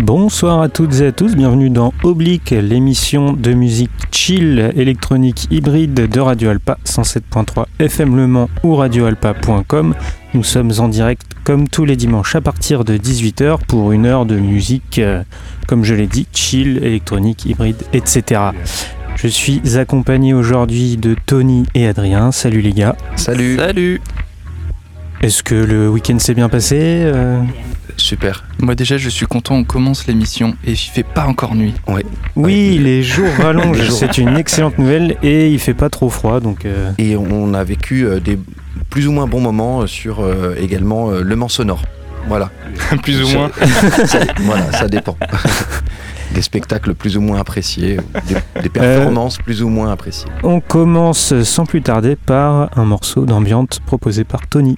Bonsoir à toutes et à tous, bienvenue dans Oblique, l'émission de musique chill électronique hybride de Radio Alpa 107.3 FM Le Mans ou radioalpa.com. Nous sommes en direct comme tous les dimanches à partir de 18h pour une heure de musique, comme je l'ai dit, chill, électronique, hybride, etc. Je suis accompagné aujourd'hui de Tony et Adrien. Salut les gars. Salut. Salut. Est-ce que le week-end s'est bien passé Super. Moi déjà je suis content, on commence l'émission et il fait pas encore nuit. Ouais. Oui, les jours rallongent, c'est une excellente nouvelle et il fait pas trop froid donc. Et on a vécu des plus ou moins bons moments sur également Le Mans sonore. Voilà. Plus ou moins. Voilà, ça dépend. Des spectacles plus ou moins appréciés, des performances plus ou moins appréciées. On commence sans plus tarder par un morceau d'ambiance proposé par Tony.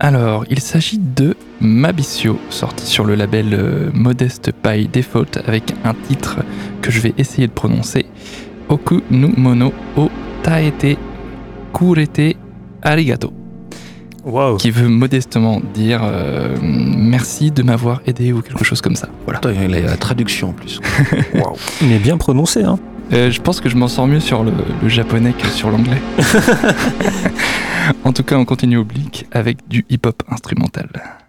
Alors, il s'agit de Mabisio, sorti sur le label Modest by Default, avec un titre que je vais essayer de prononcer, Oku nu mono o taete kurete arigato. Wow. Qui veut modestement dire merci de m'avoir aidé ou quelque chose comme ça. Voilà. Attends, il y a la traduction en plus. Wow. Il est bien prononcé, hein. Je pense que je m'en sors mieux sur le japonais que sur l'anglais. En tout cas, on continue Oblique avec du hip-hop instrumental.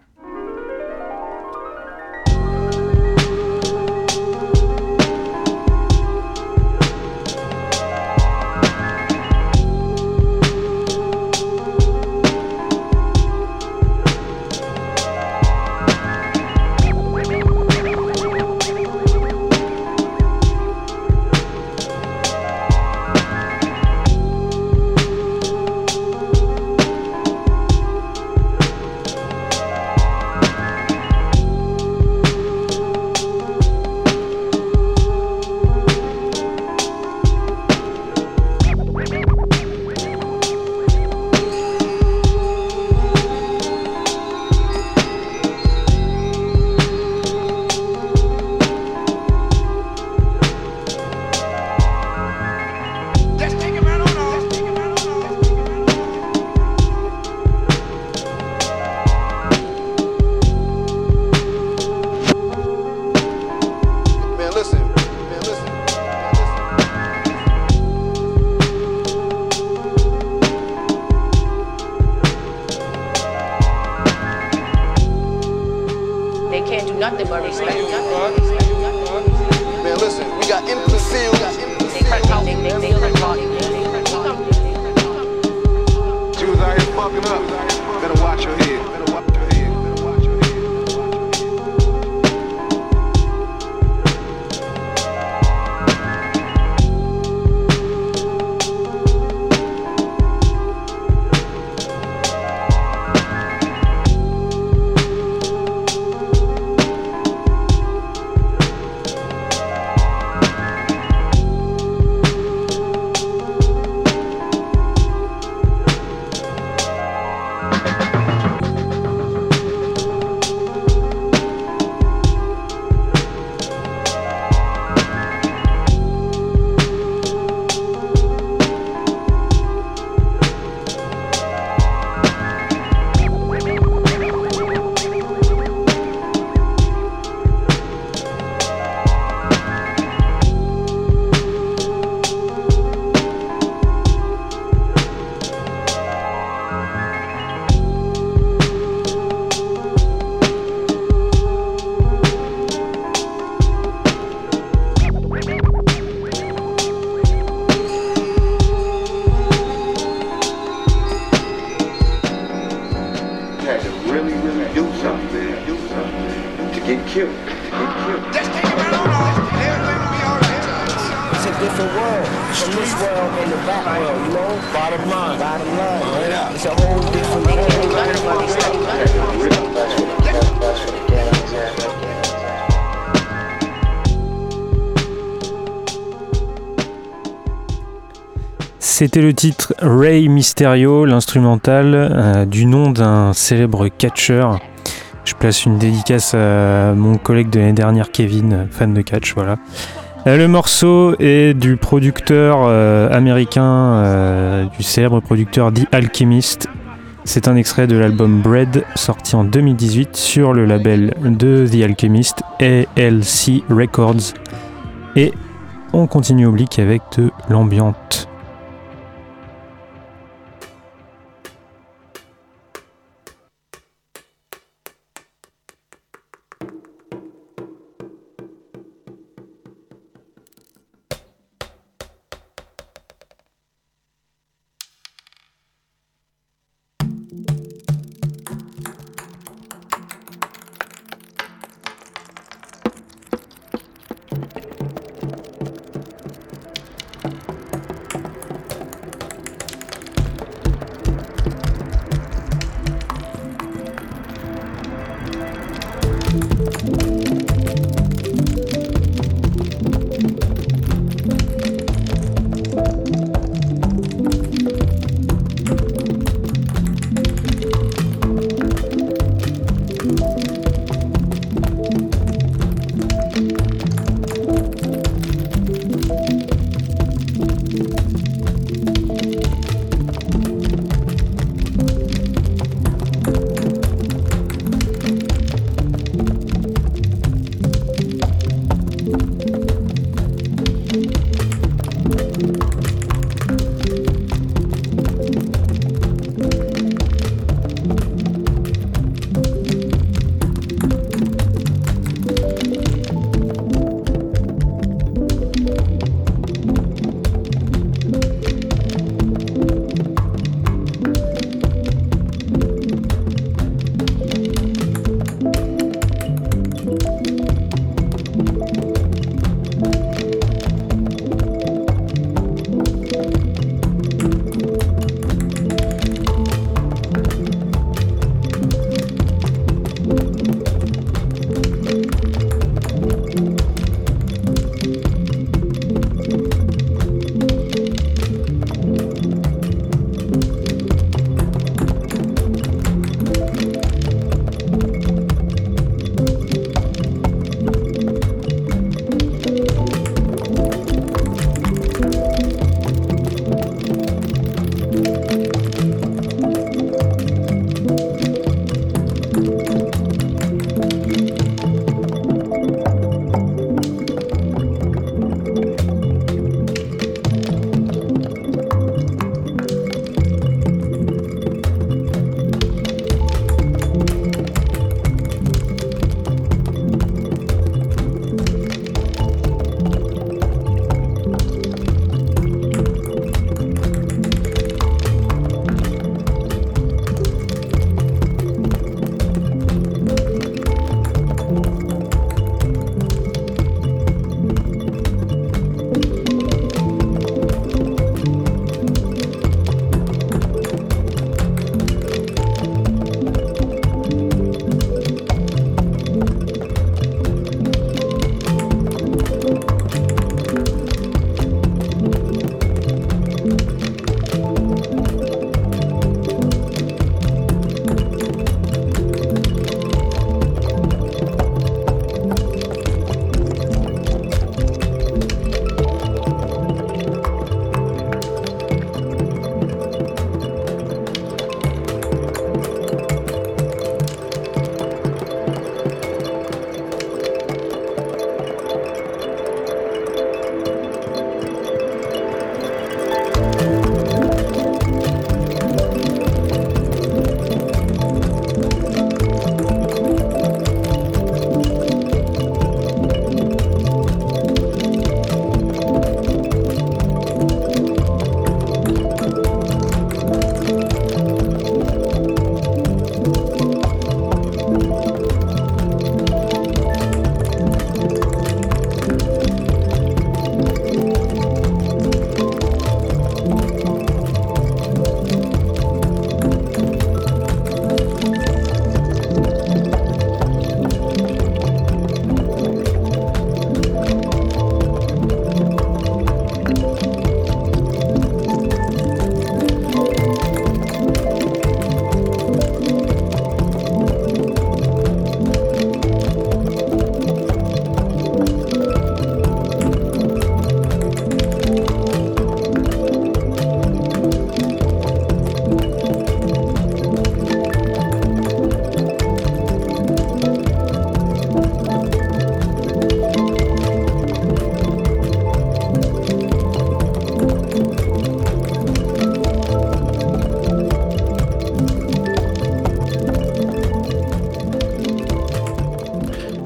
C'était le titre Rey Mysterio, l'instrumental du nom d'un célèbre catcheur. Je place une dédicace à mon collègue de l'année dernière, Kevin, fan de catch, voilà. Le morceau est du producteur américain, du célèbre producteur The Alchemist. C'est un extrait de l'album Bread, sorti en 2018 sur le label de The Alchemist, ALC Records. Et on continue oblique avec de l'ambiante.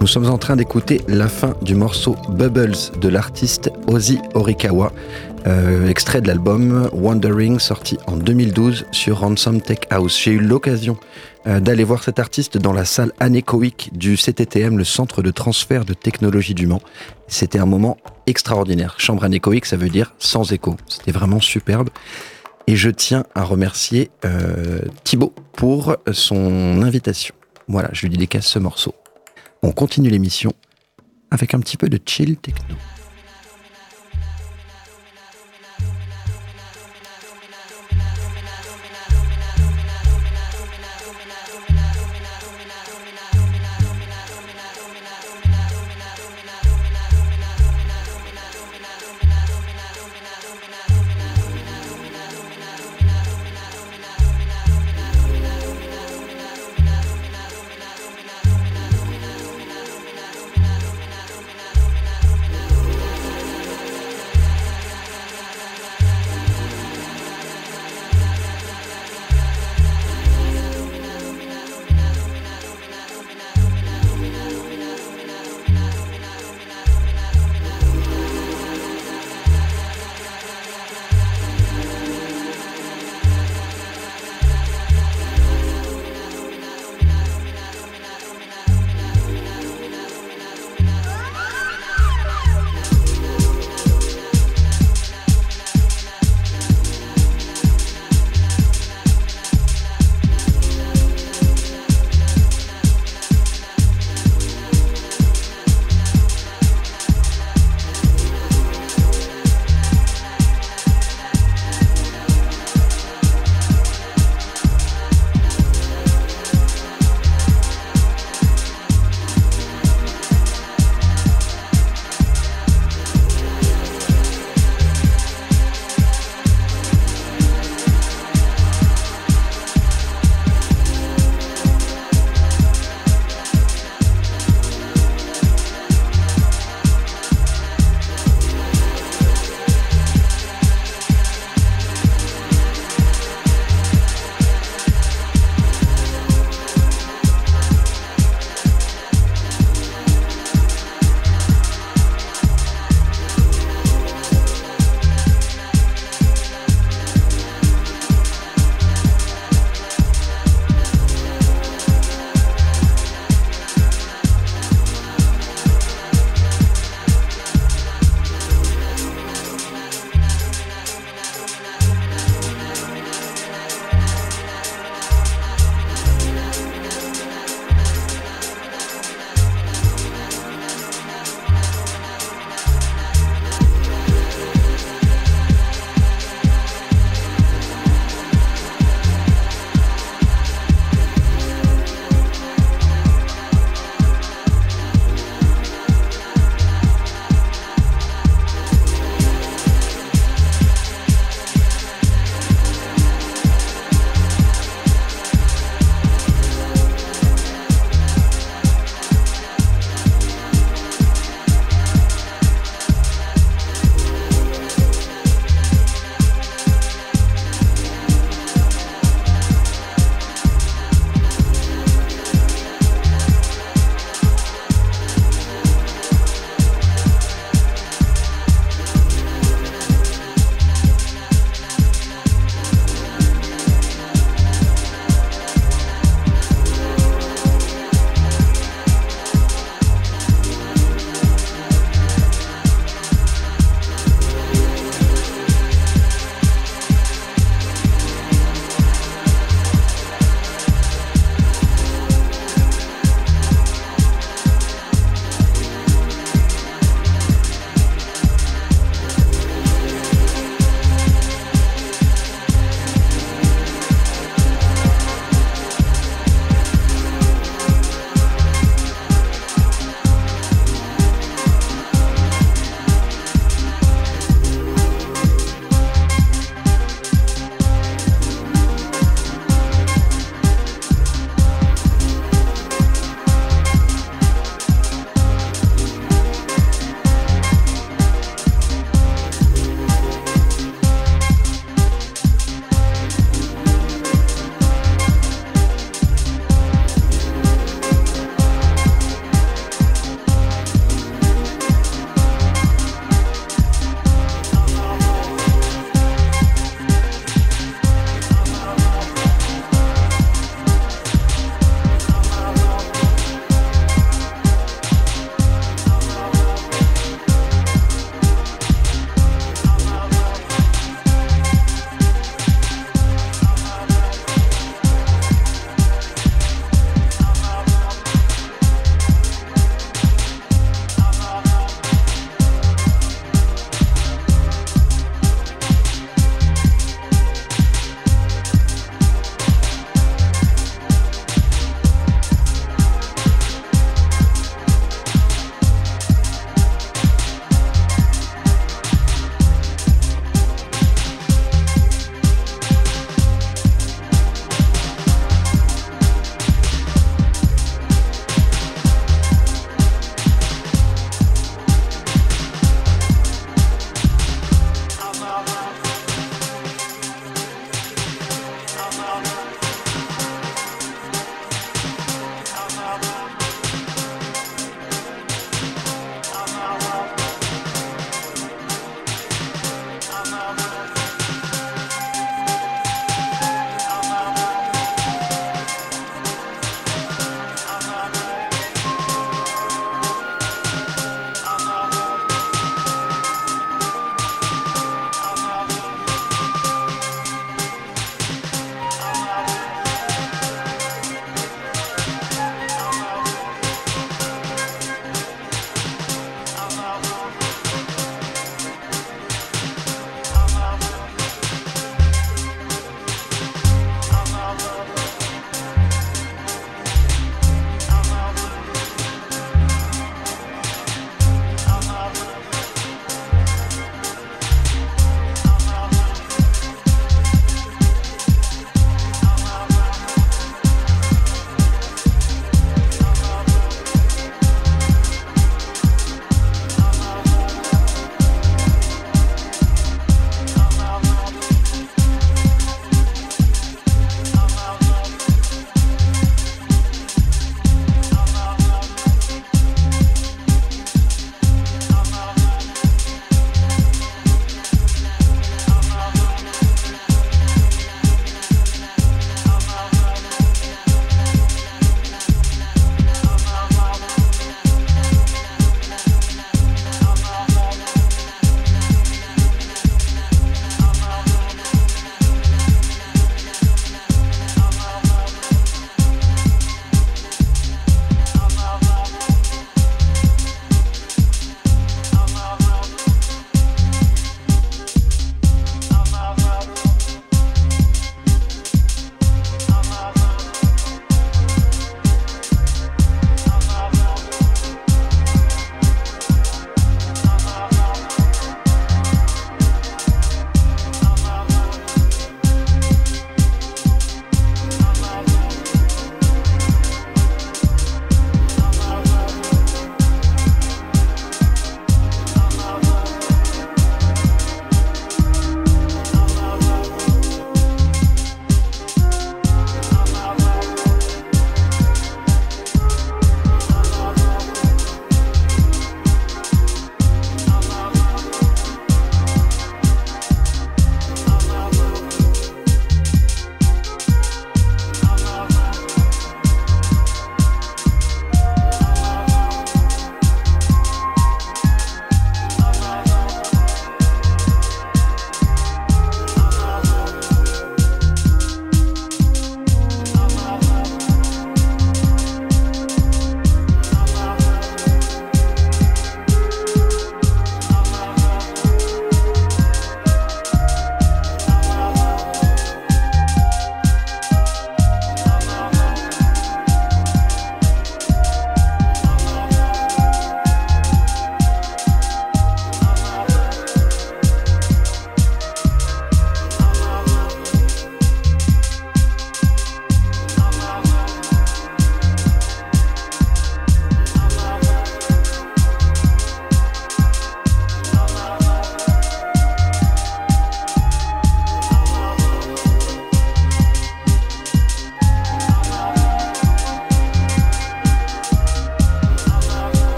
Nous sommes en train d'écouter la fin du morceau Bubbles de l'artiste Ozzy Horikawa, extrait de l'album Wandering sorti en 2012 sur Ransom Tech House. J'ai eu l'occasion d'aller voir cet artiste dans la salle anéchoïque du CTTM, le centre de transfert de technologie du Mans. C'était un moment extraordinaire. Chambre anéchoïque, ça veut dire sans écho. C'était vraiment superbe. Et je tiens à remercier Thibaut pour son invitation. Voilà, je lui dédicace ce morceau. On continue l'émission avec un petit peu de chill techno.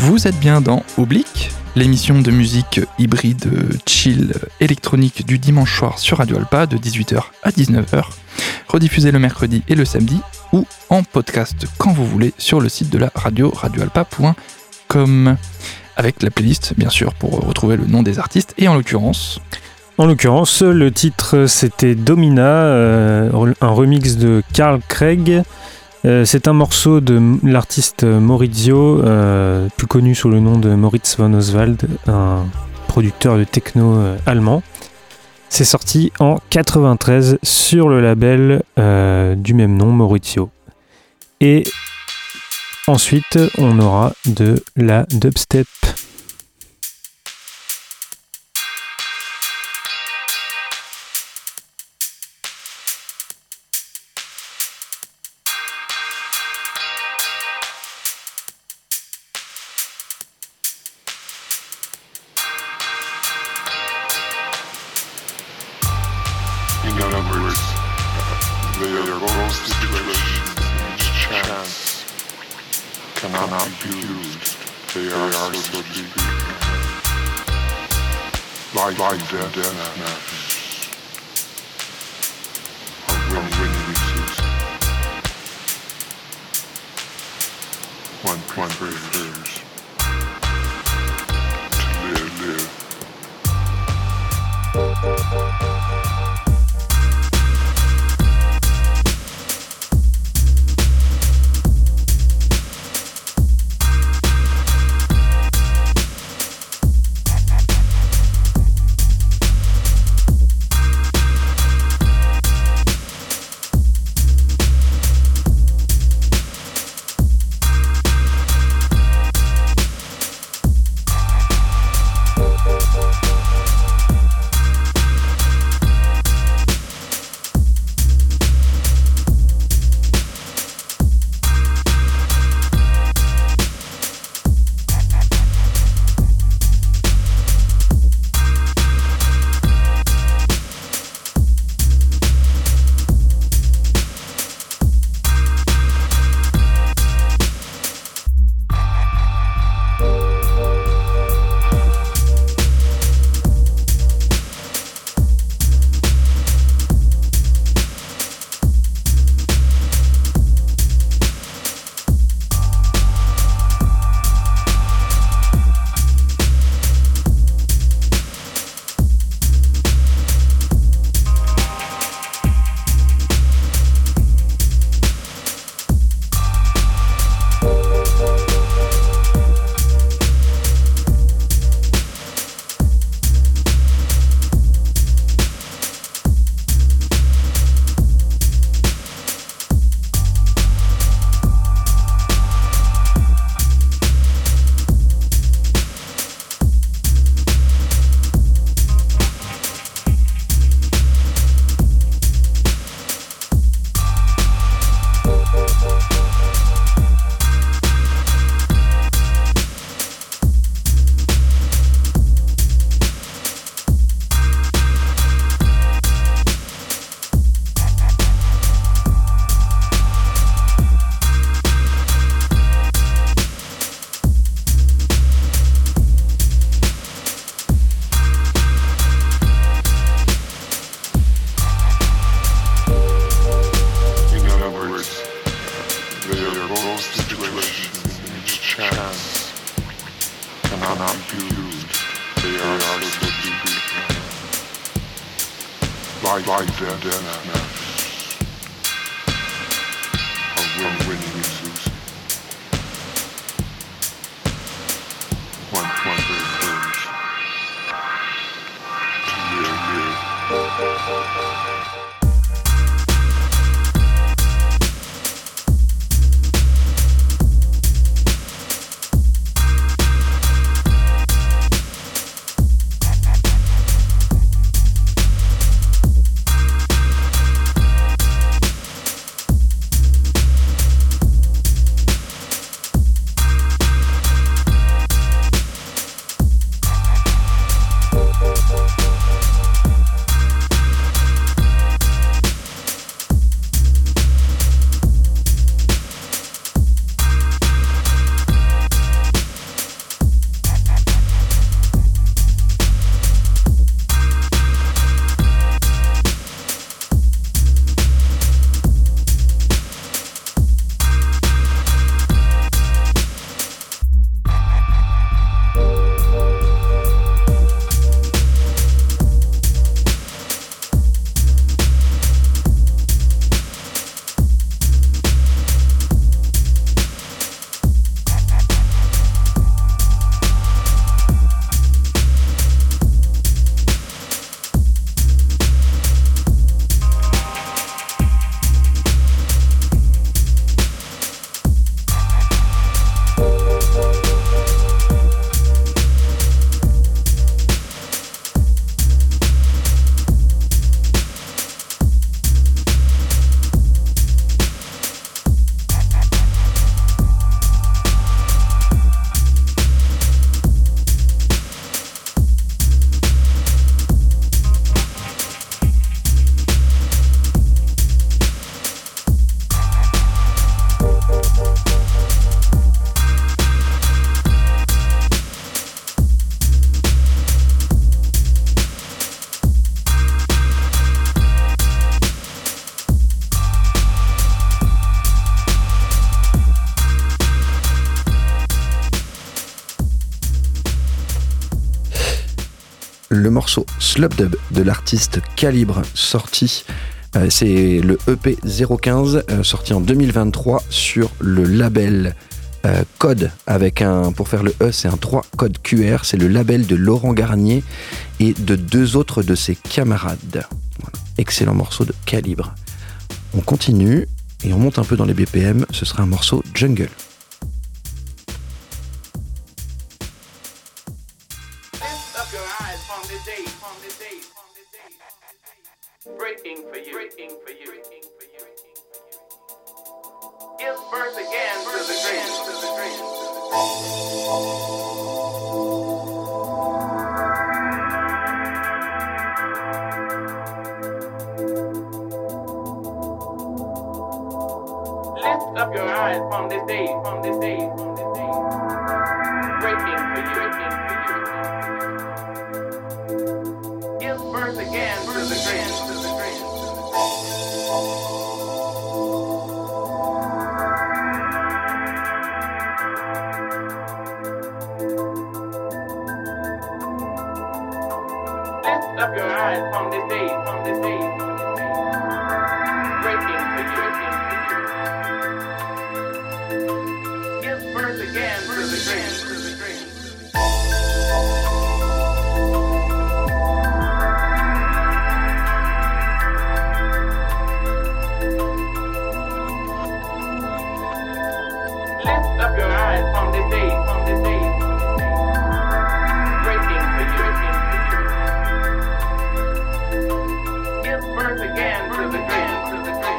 Vous êtes bien dans Oblique, l'émission de musique hybride chill électronique du dimanche soir sur Radio Alpa de 18h à 19h, rediffusée le mercredi et le samedi ou en podcast quand vous voulez sur le site de la radio, radioalpa.com, avec la playlist bien sûr pour retrouver le nom des artistes et en l'occurrence, le titre c'était Domina, un remix de Carl Craig. C'est un morceau de l'artiste Maurizio, plus connu sous le nom de Moritz von Oswald, un producteur de techno allemand. C'est sorti en 93 sur le label du même nom, Maurizio. Et ensuite, on aura de la dubstep. Like death matches are winning loses. One prefers to live. Like death matches are winning loses. One prefers to live. morceau Slumdub de l'artiste Calibre, sorti, c'est le EP 015, sorti en 2023 sur le label Code, avec pour faire le E, c'est un 3 code QR, c'est le label de Laurent Garnier et de 2 autres de ses camarades. Voilà. Excellent morceau de Calibre. On continue et on monte un peu dans les BPM, ce sera un morceau Jungle. Breaking for you, breaking for you, breaking for you. Give birth again to the dream, to the dream. Lift up your eyes from this day, from this day, from this day. Breaking for you, breaking for you. Give birth again to the dream, to the dream. Lift up your eyes from this day, from this day, from this day. Breaking for you, breaking for you. Give birth again to the dream, to the dream. Lift up your eyes from this day, from this day, from this day. Breaking for you, breaking for you. Give birth again to the dream, to the dream.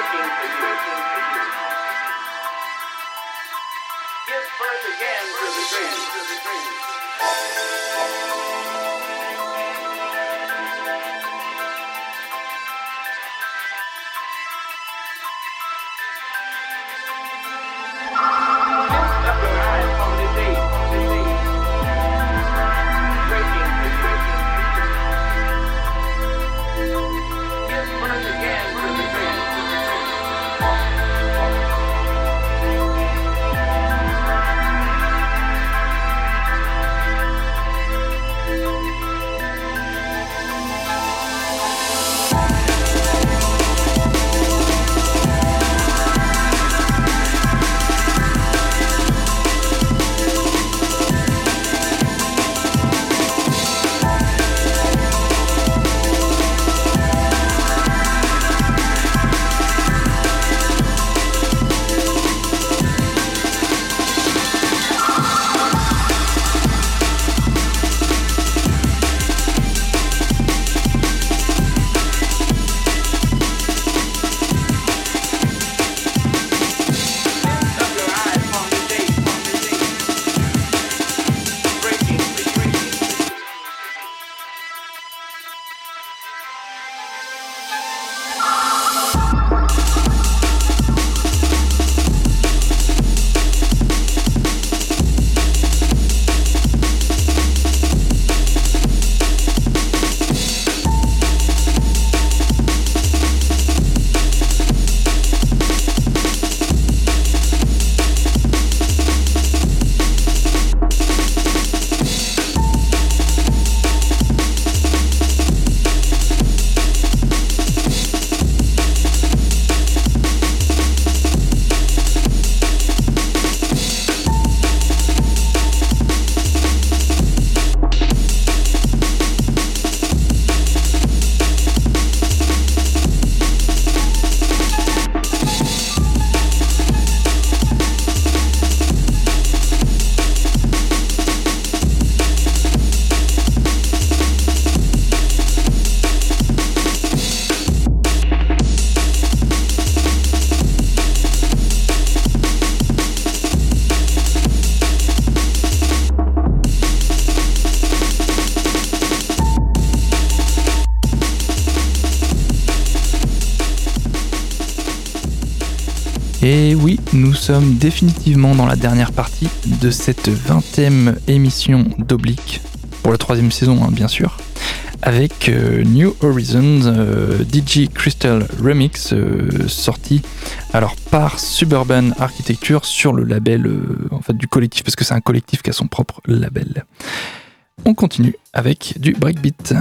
breaking for you. Give birth again to the dream. Et oui, nous sommes définitivement dans la dernière partie de cette 20e émission d'Oblique, pour la 3e saison bien sûr, avec New Horizons DJ Crystal Remix, sorti alors par Suburban Architecture sur le label en fait, du collectif, parce que c'est un collectif qui a son propre label. On continue avec du breakbeat.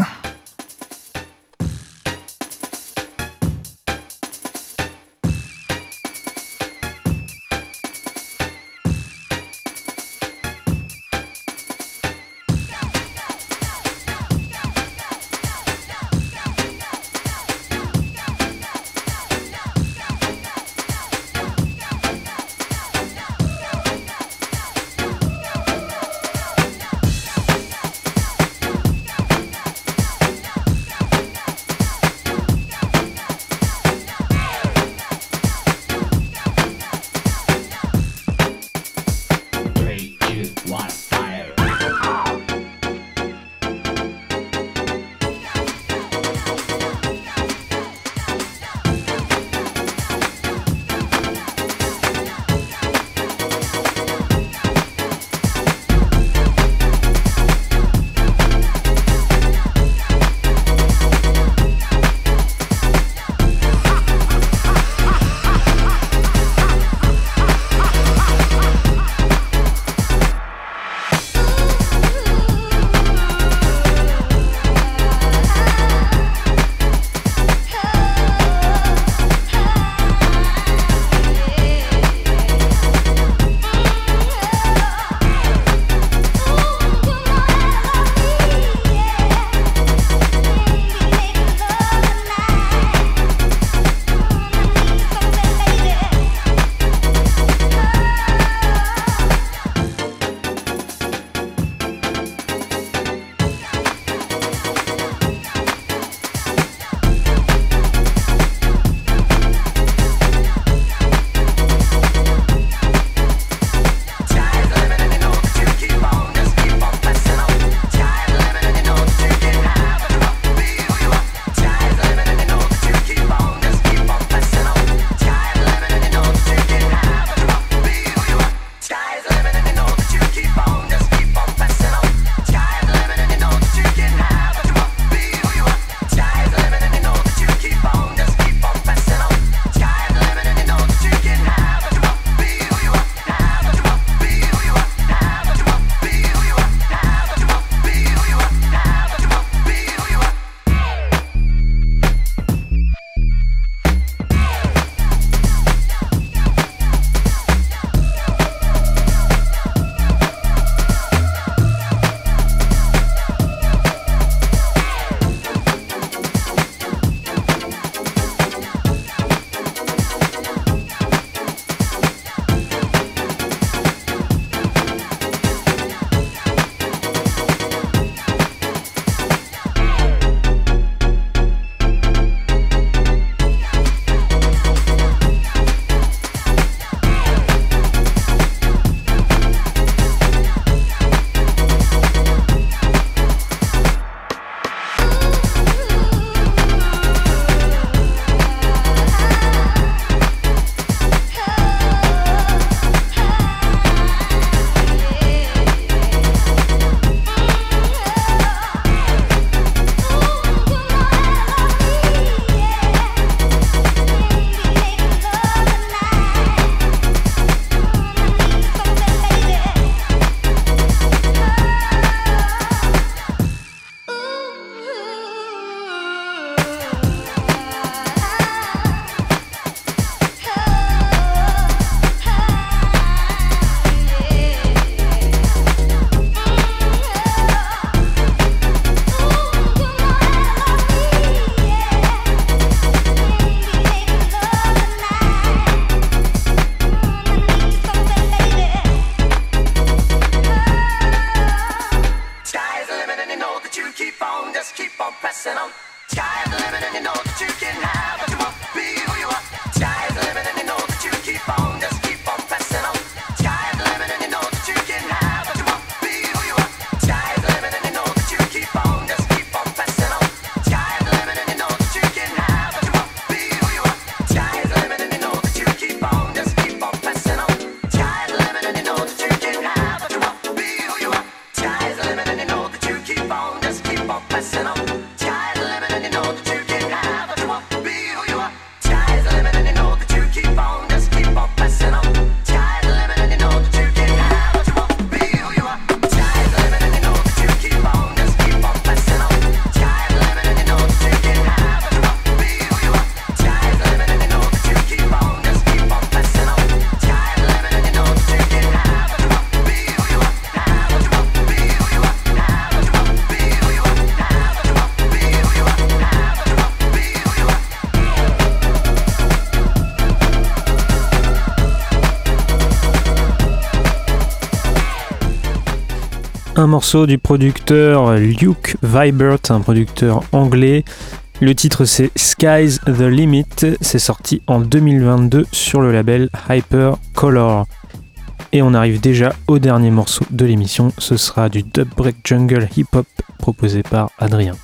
Un morceau du producteur Luke Vibert, un producteur anglais. Le titre c'est Sky's the Limit, c'est sorti en 2022 sur le label Hypercolor. Et on arrive déjà au dernier morceau de l'émission, ce sera du dub break jungle hip hop proposé par Adrien.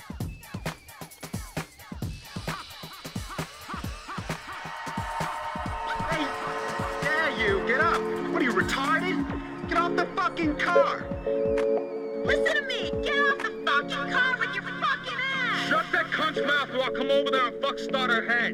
Hey, yeah, you, get up. What are you, retarded? Get off the fucking car. Listen to me! Get off the fucking car with your fucking ass! Shut that cunt's mouth or I'll come over there and fuck start her head.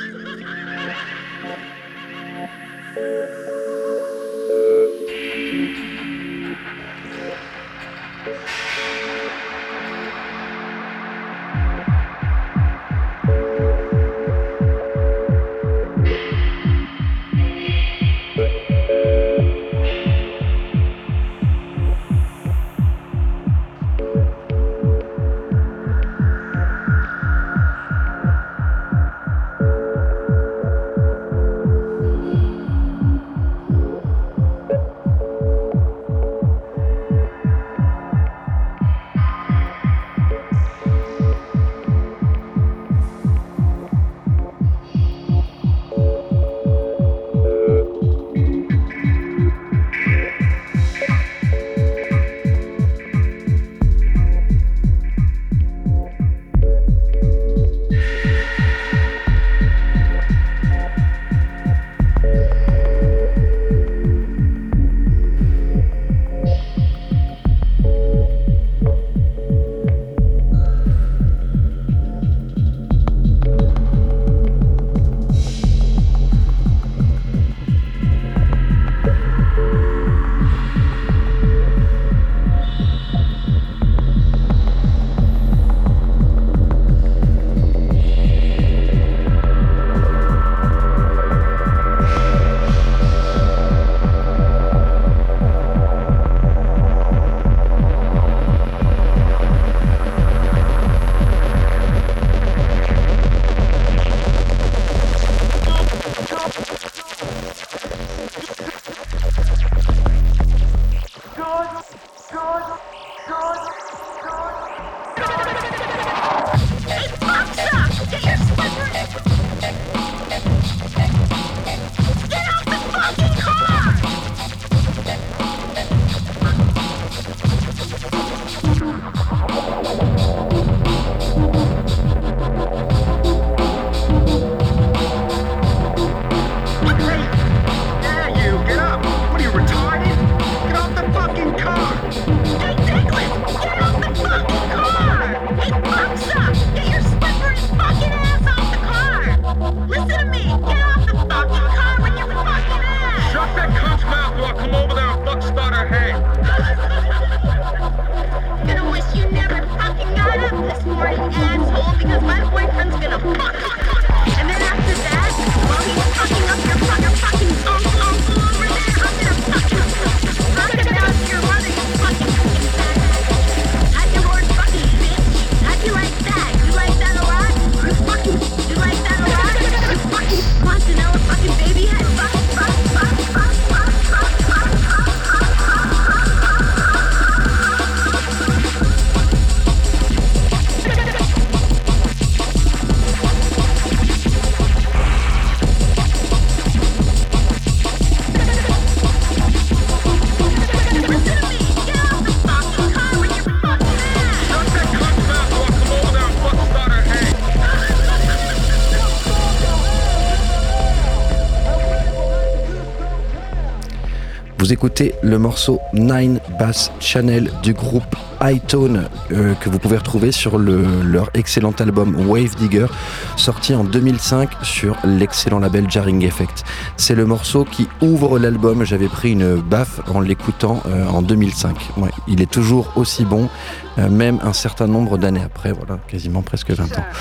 Vous écoutez le morceau Nine Bass Channel du groupe Hightone que vous pouvez retrouver sur leur excellent album Wave Digger, sorti en 2005 sur l'excellent label Jarring Effect. C'est le morceau qui ouvre l'album. J'avais pris une baffe en l'écoutant en 2005. Ouais, il est toujours aussi bon, même un certain nombre d'années après, voilà, quasiment presque 20 ans.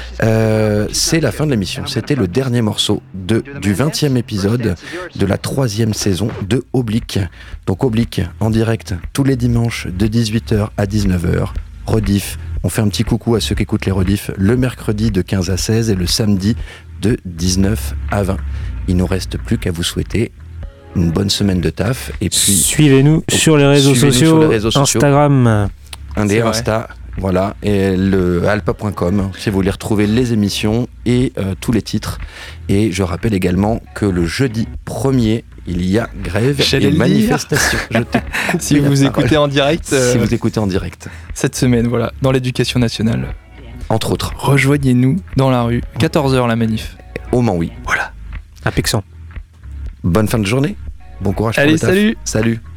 C'est la fin de l'émission. C'était le dernier morceau du 20e épisode de la 3e saison de Oblique. Donc Oblique en direct tous les dimanches de 18h à 19h. Rediff, on fait un petit coucou à ceux qui écoutent les rediffs le mercredi de 15 à 16 et le samedi de 19 à 20. Il nous reste plus qu'à vous souhaiter une bonne semaine de taf. Et puis, Suivez-nous sur les réseaux suivez-nous sociaux, sur les réseaux sociaux. Instagram. Indé, C'est vrai. Insta, voilà, et le alpa.com, si vous voulez retrouver les émissions et tous les titres. Et je rappelle également que le jeudi 1er, il y a grève J'allais et le dire. manifestation. Je t'ai coupé Si la vous parole. écoutez en direct, Si vous écoutez en direct, cette semaine, voilà, dans l'éducation nationale, entre autres, rejoignez-nous dans la rue, 14h la manif. au Mans, oui. Voilà. Impexant. Bonne fin de journée, bon courage pour Allez, le taf. salut. Salut.